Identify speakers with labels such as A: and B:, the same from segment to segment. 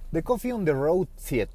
A: The Coffee on the Road 7.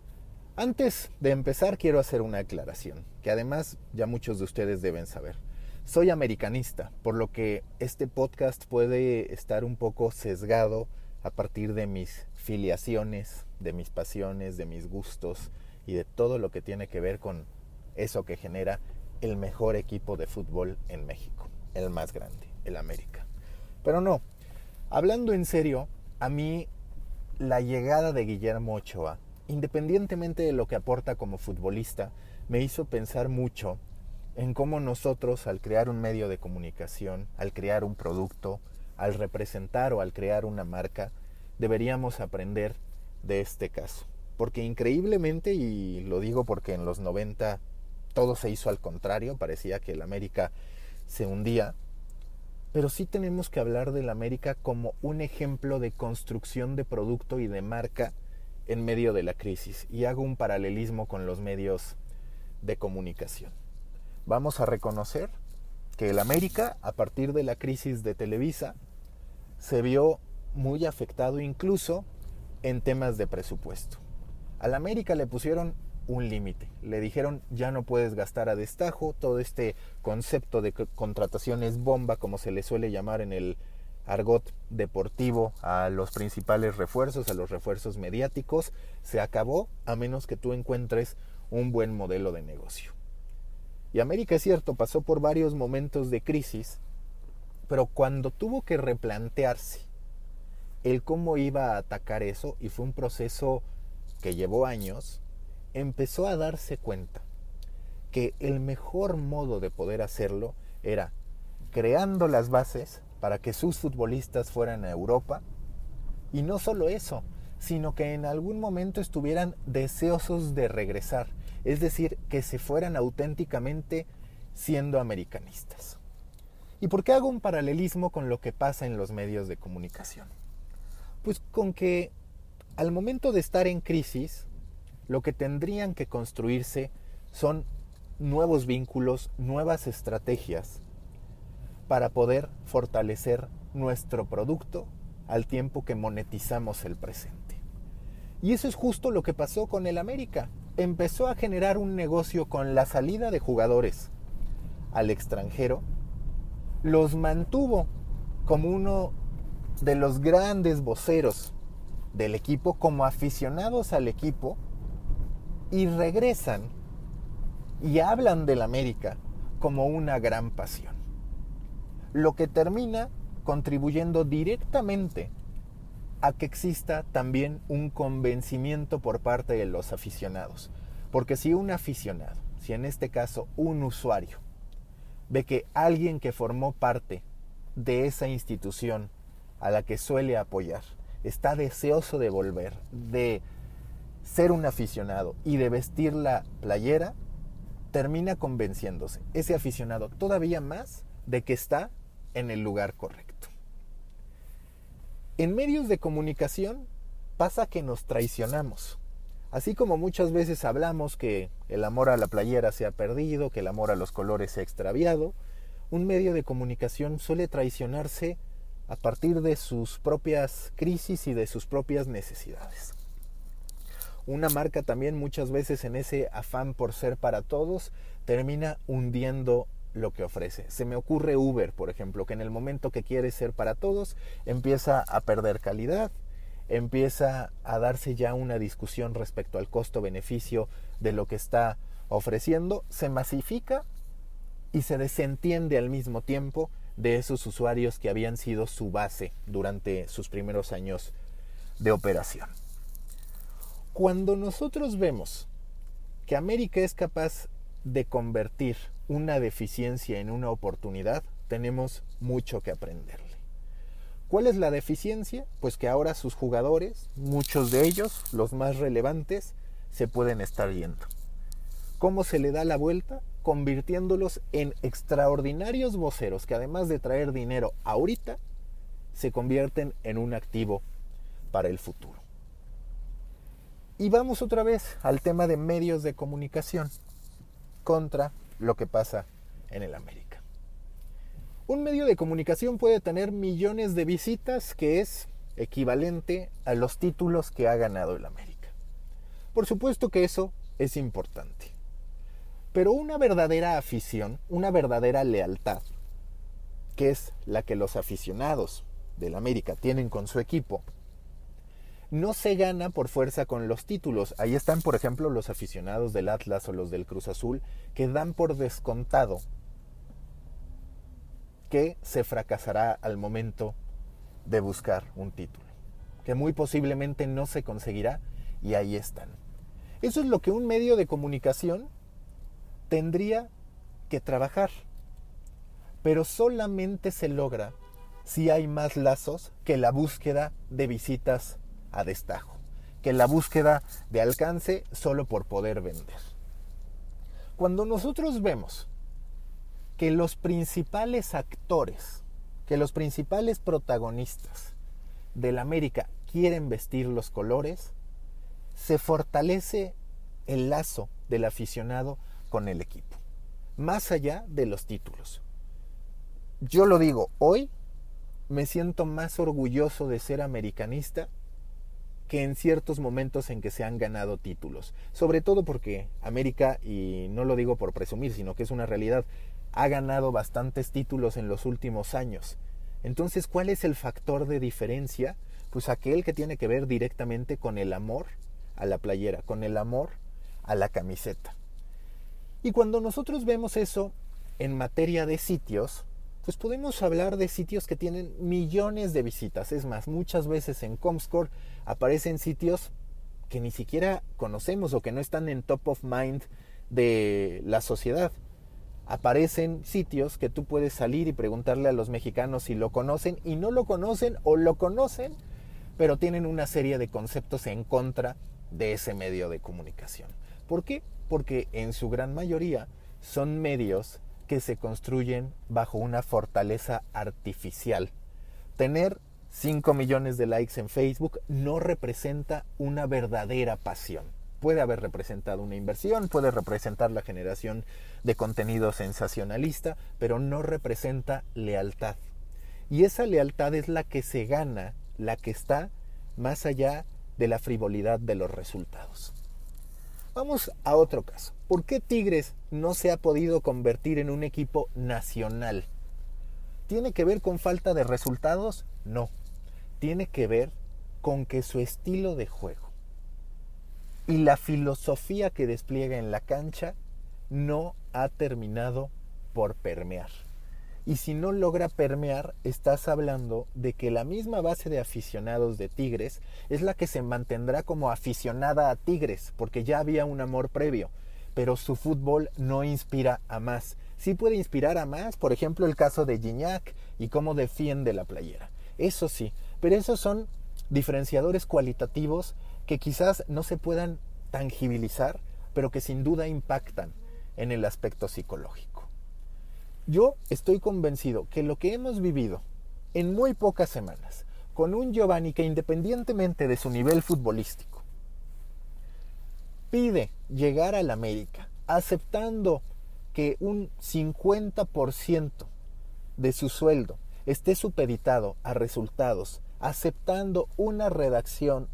A: Antes de empezar quiero hacer una aclaración, que además ya muchos de ustedes deben saber. Soy americanista, por lo que este podcast puede estar un poco sesgado a partir de mis filiaciones, de mis pasiones, de mis gustos y de todo lo que tiene que ver con eso que genera el mejor equipo de fútbol en México, el más grande, el América. Pero no, hablando en serio, a mí la llegada de Guillermo Ochoa, independientemente de lo que aporta como futbolista, me hizo pensar mucho en cómo nosotros, al crear un medio de comunicación, al crear un producto, al representar o al crear una marca, deberíamos aprender de este caso. Porque increíblemente, y lo digo porque en los 90 todo se hizo al contrario, parecía que el América se hundía, pero sí tenemos que hablar del América como un ejemplo de construcción de producto y de marca en medio de la crisis. Y hago un paralelismo con los medios de comunicación. Vamos a reconocer que el América, a partir de la crisis de Televisa, se vio muy afectado incluso en temas de presupuesto. Al América le pusieron un límite. Le dijeron, ya no puedes gastar a destajo. Todo este concepto de contrataciones bomba, como se le suele llamar en el argot deportivo a los principales refuerzos, a los refuerzos mediáticos, se acabó a menos que tú encuentres un buen modelo de negocio. Y América, es cierto, pasó por varios momentos de crisis, pero cuando tuvo que replantearse el cómo iba a atacar eso, y fue un proceso que llevó años, empezó a darse cuenta que el mejor modo de poder hacerlo era creando las bases para que sus futbolistas fueran a Europa, y no solo eso, sino que en algún momento estuvieran deseosos de regresar, es decir, que se fueran auténticamente siendo americanistas. ¿Y por qué hago un paralelismo con lo que pasa en los medios de comunicación? Pues con que al momento de estar en crisis, lo que tendrían que construirse son nuevos vínculos, nuevas estrategias para poder fortalecer nuestro producto al tiempo que monetizamos el presente. Y eso es justo lo que pasó con el América. Empezó a generar un negocio con la salida de jugadores al extranjero, los mantuvo como uno de los grandes voceros del equipo, como aficionados al equipo, y regresan y hablan del América como una gran pasión. Lo que termina contribuyendo directamente a que exista también un convencimiento por parte de los aficionados. Porque si un aficionado, si en este caso un usuario, ve que alguien que formó parte de esa institución a la que suele apoyar está deseoso de volver, de ser un aficionado y de vestir la playera, termina convenciéndose ese aficionado todavía más de que está en el lugar correcto. En medios de comunicación pasa que nos traicionamos. Así como muchas veces hablamos que el amor a la playera se ha perdido, que el amor a los colores se ha extraviado, un medio de comunicación suele traicionarse a partir de sus propias crisis y de sus propias necesidades. Una marca también muchas veces en ese afán por ser para todos termina hundiendo lo que ofrece. Se me ocurre Uber, por ejemplo, que en el momento que quiere ser para todos empieza a perder calidad, empieza a darse ya una discusión respecto al costo-beneficio de lo que está ofreciendo, se masifica y se desentiende al mismo tiempo de esos usuarios que habían sido su base durante sus primeros años de operación. Cuando nosotros vemos que América es capaz de convertir una deficiencia en una oportunidad, tenemos mucho que aprenderle. ¿Cuál es la deficiencia? Pues que ahora sus jugadores, muchos de ellos, los más relevantes, se pueden estar yendo. ¿Cómo se le da la vuelta? Convirtiéndolos en extraordinarios voceros que, además de traer dinero ahorita, se convierten en un activo para el futuro. Y vamos otra vez al tema de medios de comunicación contra lo que pasa en el Un medio de comunicación puede tener millones de visitas, que es equivalente a los títulos que ha ganado el América. Por supuesto que eso es importante. Pero una verdadera afición, una verdadera lealtad, que es la que los aficionados del América tienen con su equipo, no se gana por fuerza con los títulos. Ahí están, por ejemplo, los aficionados del Atlas o los del Cruz Azul, que dan por descontado que se fracasará al momento de buscar un título, que muy posiblemente no se conseguirá, y ahí están. Eso es lo que un medio de comunicación tendría que trabajar, pero solamente se logra si hay más lazos que la búsqueda de visitas a destajo, que la búsqueda de alcance solo por poder vender. Cuando nosotros vemos que los principales actores, que los principales protagonistas del América quieren vestir los colores, se fortalece el lazo del aficionado con el equipo, más allá de los títulos. Yo lo digo, hoy me siento más orgulloso de ser americanista que en ciertos momentos en que se han ganado títulos, sobre todo porque América, y no lo digo por presumir, sino que es una realidad, ha ganado bastantes títulos en los últimos años. Entonces, ¿cuál es el factor de diferencia? Pues aquel que tiene que ver directamente con el amor a la playera, con el amor a la camiseta. Y cuando nosotros vemos eso en materia de sitios, pues podemos hablar de sitios que tienen millones de visitas. Es más, muchas veces en Comscore aparecen sitios que ni siquiera conocemos o que no están en top of mind de la sociedad. Aparecen sitios que tú puedes salir y preguntarle a los mexicanos si lo conocen y no lo conocen, o lo conocen, pero tienen una serie de conceptos en contra de ese medio de comunicación. ¿Por qué? Porque en su gran mayoría son medios que se construyen bajo una fortaleza artificial. Tener 5 millones de likes en Facebook no representa una verdadera pasión. Puede haber representado una inversión, puede representar la generación de contenido sensacionalista, pero no representa lealtad. Y esa lealtad es la que se gana, la que está más allá de la frivolidad de los resultados. Vamos a otro caso. ¿Por qué Tigres no se ha podido convertir en un equipo nacional? ¿Tiene que ver con falta de resultados? No. Tiene que ver con que su estilo de juego y la filosofía que despliega en la cancha no ha terminado por permear. Y si no logra permear, estás hablando de que la misma base de aficionados de Tigres es la que se mantendrá como aficionada a Tigres, porque ya había un amor previo, pero su fútbol no inspira a más. Sí puede inspirar a más, por ejemplo el caso de Gignac y cómo defiende la playera. Eso sí, pero esos son diferenciadores cualitativos que quizás no se puedan tangibilizar, pero que sin duda impactan en el aspecto psicológico. Yo estoy convencido que lo que hemos vivido en muy pocas semanas, con un Giovanni que independientemente de su nivel futbolístico, pide llegar al América, aceptando que un 50% de su sueldo esté supeditado a resultados, aceptando una reducción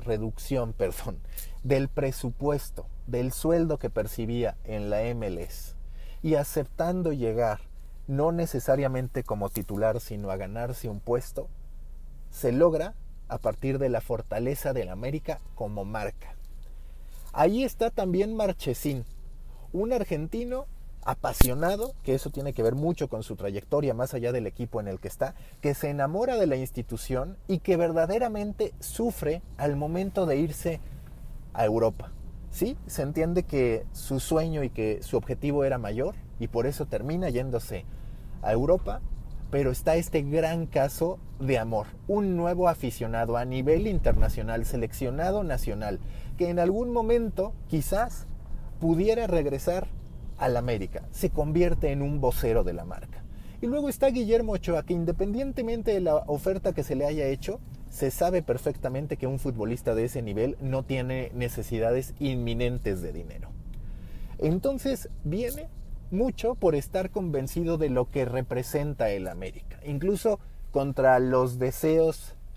A: del presupuesto, del sueldo que percibía en la MLS, y aceptando llegar, no necesariamente como titular, sino a ganarse un puesto, se logra a partir de la fortaleza del América como marca. Ahí está también Marchesín, un argentino apasionado, que eso tiene que ver mucho con su trayectoria más allá del equipo en el que está, que se enamora de la institución y que verdaderamente sufre al momento de irse a Europa. Sí, se entiende que su sueño y que su objetivo era mayor y por eso termina yéndose a Europa, pero está este gran caso de amor, un nuevo aficionado a nivel internacional, seleccionado nacional, que en algún momento quizás pudiera regresar al América, se convierte en un vocero de la marca. Y luego está Guillermo Ochoa, que independientemente de la oferta que se le haya hecho, se sabe perfectamente que un futbolista de ese nivel no tiene necesidades inminentes de dinero. Entonces viene mucho por estar convencido de lo que representa el América, incluso contra los deseos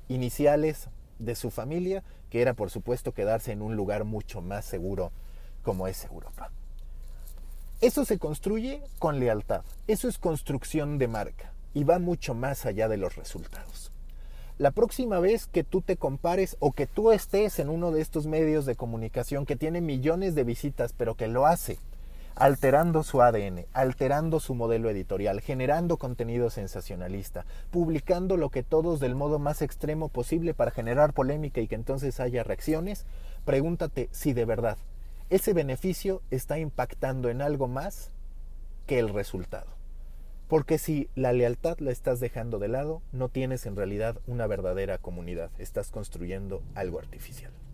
A: iniciales de su familia, que era por supuesto quedarse en un lugar mucho más seguro como es Europa. Eso se construye con lealtad, eso es construcción de marca y va mucho más allá de los resultados. La próxima vez que tú te compares o que tú estés en uno de estos medios de comunicación que tiene millones de visitas, pero que lo hace alterando su ADN, alterando su modelo editorial, generando contenido sensacionalista, publicando lo que todos del modo más extremo posible para generar polémica y que entonces haya reacciones, pregúntate si de verdad ese beneficio está impactando en algo más que el resultado. Porque si la lealtad la estás dejando de lado, no tienes en realidad una verdadera comunidad, estás construyendo algo artificial.